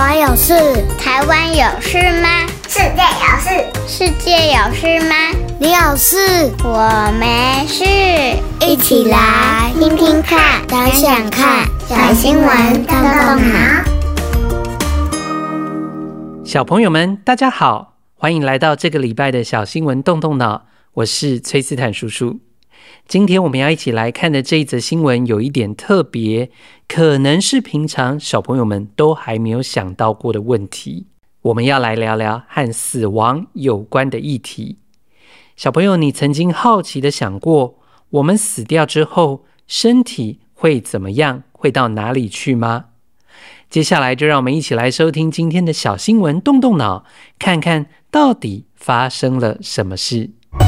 国有事， 台湾有事吗？ 世界有事， 世界有事吗？ 你有事， 我没事。 一起来听听看，想想看， 小新闻动动脑。 小朋友们，大家好，欢迎来到这个礼拜的小新闻动动脑，我是崔斯坦叔叔。今天我们要一起来看的这一则新闻有一点特别，可能是平常小朋友们都还没有想到过的问题。我们要来聊聊和死亡有关的议题。小朋友，你曾经好奇的想过，我们死掉之后，身体会怎么样？会到哪里去吗？接下来就让我们一起来收听今天的小新闻动动脑，看看到底发生了什么事。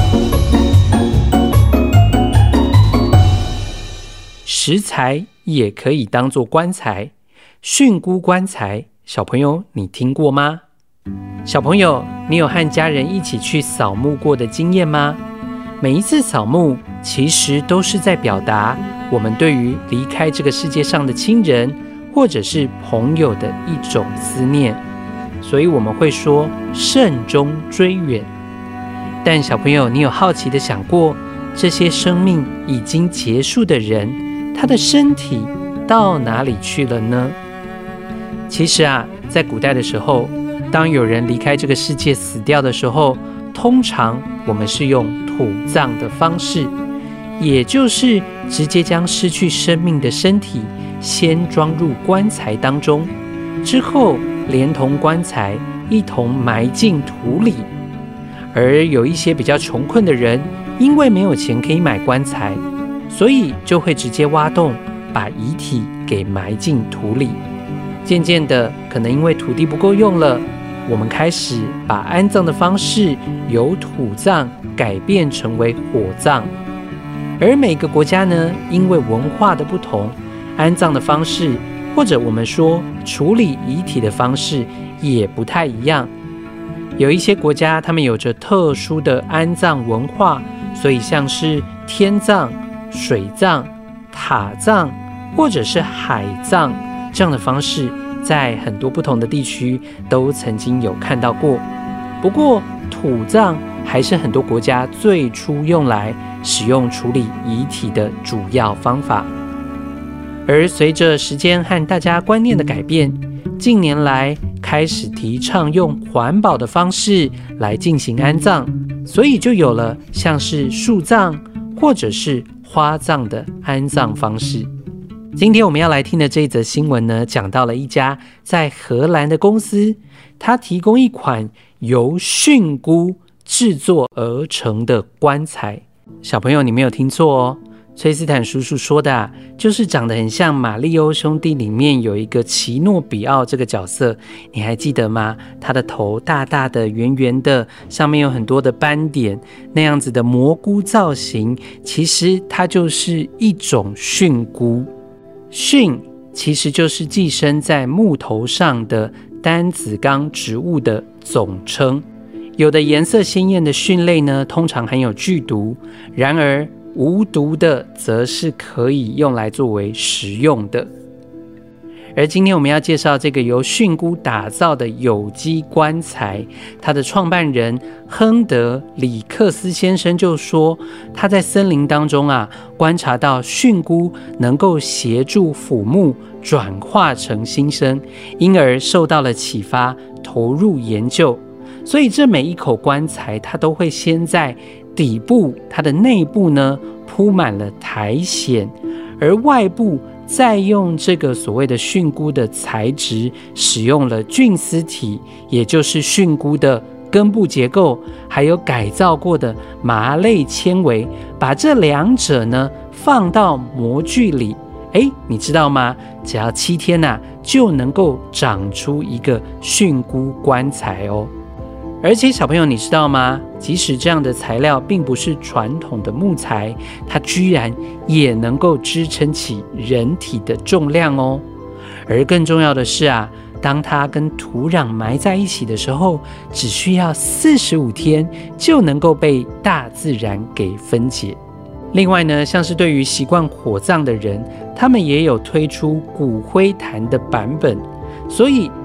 食材也可以当作棺材，蕈菇棺材，小朋友你听过吗？小朋友，你有和家人一起去扫墓过的经验吗？每一次扫墓其实都是在表达我们对于离开这个世界上的亲人或者是朋友的一种思念，所以我们会说慎终追远。但小朋友，你有好奇的想过，这些生命已经结束的人，他的身体到哪里去了呢？其实啊，在古代的时候，当有人离开这个世界死掉的时候，通常我们是用土葬的方式，也就是直接将失去生命的身体先装入棺材当中，之后连同棺材一同埋进土里。而有一些比较穷困的人，因为没有钱可以买棺材，所以就会直接挖洞把遗体给埋进土里。渐渐的，可能因为土地不够用了，我们开始把安葬的方式由土葬改变成为火葬。而每个国家呢，因为文化的不同，安葬的方式或者我们说处理遗体的方式也不太一样。有一些国家他们有着特殊的安葬文化，所以像是天葬、水葬、塔葬或者是海葬这样的方式，在很多不同的地区都曾经有看到过。不过土葬还是很多国家最初用来使用处理遗体的主要方法。而随着时间和大家观念的改变，近年来开始提倡用环保的方式来进行安葬，所以就有了像是树葬或者是花葬的安葬方式。今天我们要来听的这一则新闻呢，讲到了一家在荷兰的公司，它提供一款由蕈菇制作而成的棺材。小朋友，你没有听错哦，崔斯坦叔叔说的就是长得很像马里欧兄弟里面有一个奇诺比奥这个角色，你还记得吗？他的头大大的圆圆的，上面有很多的斑点，那样子的蘑菇造型，其实它就是一种蕈菇。蕈其实就是寄生在木头上的单子纲植物的总称。有的颜色鲜艳的蕈类呢，通常含有剧毒，然而无毒的则是可以用来作为食用的。而今天我们要介绍这个由蕈菇打造的有机棺材，它的创办人亨德里克斯先生就说，他在森林当中观察到蕈菇能够协助腐木转化成新生，因而受到了启发，投入研究。所以这每一口棺材，它都会先在底部，它的内部呢铺满了苔藓，而外部再用这个所谓的蕈菇的材质，使用了菌丝体，也就是蕈菇的根部结构，还有改造过的麻类纤维，把这两者呢放到模具里。你知道吗？只要7天就能够长出一个蕈菇棺材哦。而且小朋友，你知道吗？即使这样的材料并不是传统的木材，它居然也能够支撑起人体的重量哦。而更重要的是当它跟土壤埋在一起的时候，只需要45天就能够被大自然给分解。另外呢，像是对于习惯火葬的人，他们也有推出骨灰坛的版本，所以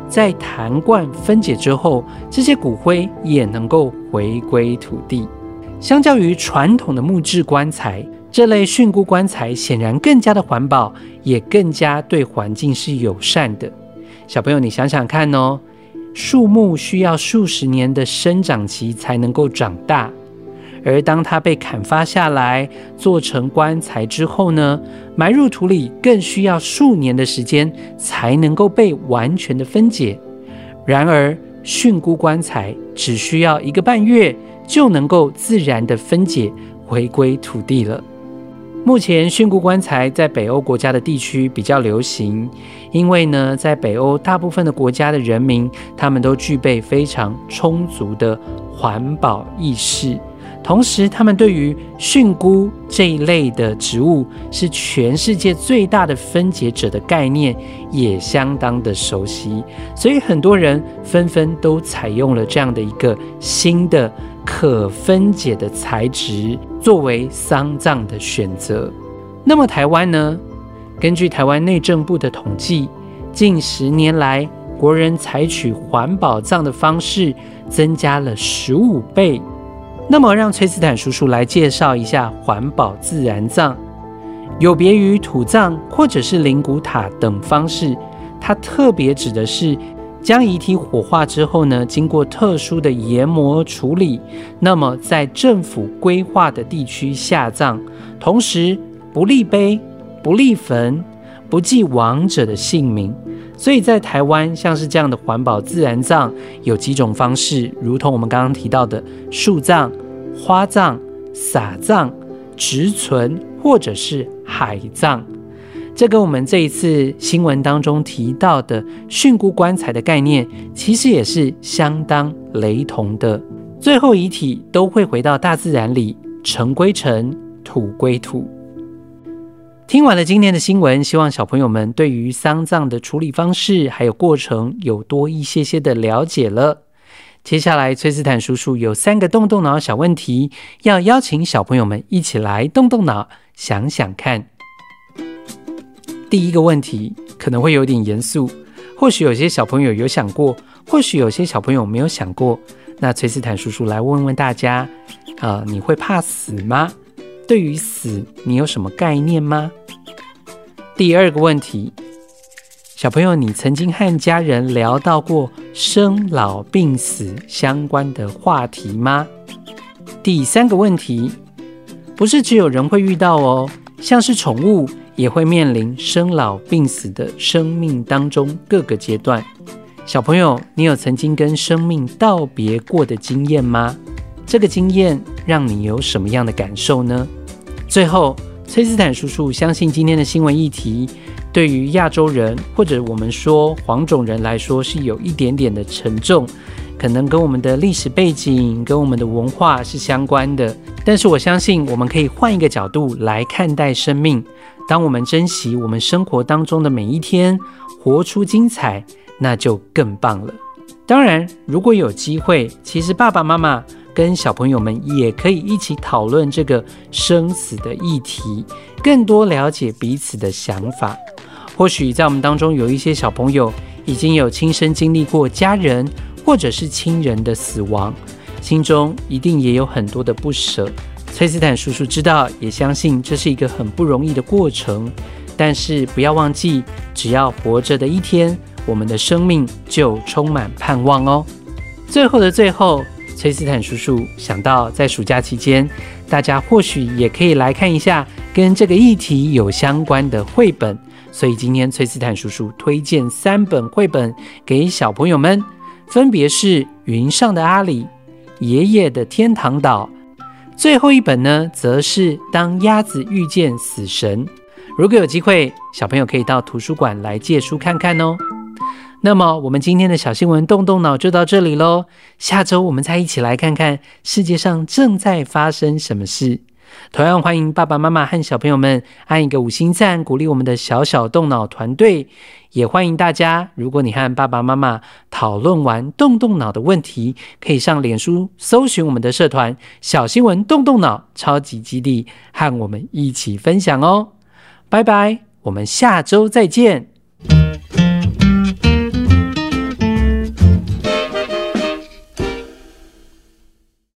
在坛罐分解之后，这些骨灰也能够回归土地。相较于传统的木质棺材，这类蕈菇棺材显然更加的环保，也更加对环境是友善的。小朋友，你想想看哦，树木需要数十年的生长期才能够长大，而当它被砍伐下来做成棺材之后呢，埋入土里更需要数年的时间才能够被完全的分解。然而蕈菇棺材只需要1个半月就能够自然的分解回归土地了。目前蕈菇棺材在北欧国家的地区比较流行，因为呢，在北欧大部分的国家的人民，他们都具备非常充足的环保意识，同时他们对于蕈菇这一类的植物是全世界最大的分解者的概念也相当的熟悉，所以很多人纷纷都采用了这样的一个新的可分解的材质作为丧葬的选择。那么台湾呢？根据台湾内政部的统计，近10年来国人采取环保葬的方式增加了15倍。那么让崔斯坦叔叔来介绍一下环保自然葬。有别于土葬或者是灵骨塔等方式，它特别指的是将遗体火化之后呢，经过特殊的研磨处理，那么在政府规划的地区下葬，同时不立碑、不立坟、不记亡者的姓名。所以在台湾，像是这样的环保自然葬有几种方式，如同我们刚刚提到的树葬、花葬、撒葬、植存或者是海葬。这跟我们这一次新闻当中提到的蕈菇棺材的概念其实也是相当雷同的。最后遗体都会回到大自然里，尘归尘，土归土。听完了今天的新闻，希望小朋友们对于丧葬的处理方式还有过程有多一些的了解了。接下来崔斯坦叔叔有3个动动脑小问题，要邀请小朋友们一起来动动脑想想看。第一个问题可能会有点严肃，或许有些小朋友有想过，或许有些小朋友没有想过。那崔斯坦叔叔来问问大家，你会怕死吗？对于死，你有什么概念吗？第二个问题，小朋友，你曾经和家人聊到过生老病死相关的话题吗？第三个问题，不是只有人会遇到哦，像是宠物也会面临生老病死的生命当中各个阶段。小朋友，你有曾经跟生命道别过的经验吗？这个经验让你有什么样的感受呢？最后，崔斯坦叔叔相信今天的新闻议题对于亚洲人或者我们说黄种人来说是有一点点的沉重，可能跟我们的历史背景跟我们的文化是相关的，但是我相信我们可以换一个角度来看待生命。当我们珍惜我们生活当中的每一天，活出精彩，那就更棒了。当然，如果有机会，其实爸爸妈妈跟小朋友们也可以一起讨论这个生死的议题，更多了解彼此的想法。或许在我们当中有一些小朋友已经有亲身经历过家人或者是亲人的死亡，心中一定也有很多的不舍。崔斯坦叔叔知道，也相信这是一个很不容易的过程，但是不要忘记，只要活着的一天，我们的生命就充满盼望哦。最后的最后，崔斯坦叔叔想到在暑假期间，大家或许也可以来看一下跟这个议题有相关的绘本，所以今天崔斯坦叔叔推荐3本绘本给小朋友们，分别是云上的阿里、爷爷的天堂岛，最后一本呢则是当鸭子遇见死神。如果有机会，小朋友可以到图书馆来借书看看哦。那么我们今天的小新闻动动脑就到这里咯，下周我们再一起来看看世界上正在发生什么事。同样欢迎爸爸妈妈和小朋友们按一个5星赞，鼓励我们的小小动脑团队。也欢迎大家，如果你和爸爸妈妈讨论完动动脑的问题，可以上脸书搜寻我们的社团小新闻动动脑超级基地，和我们一起分享哦。拜拜，我们下周再见。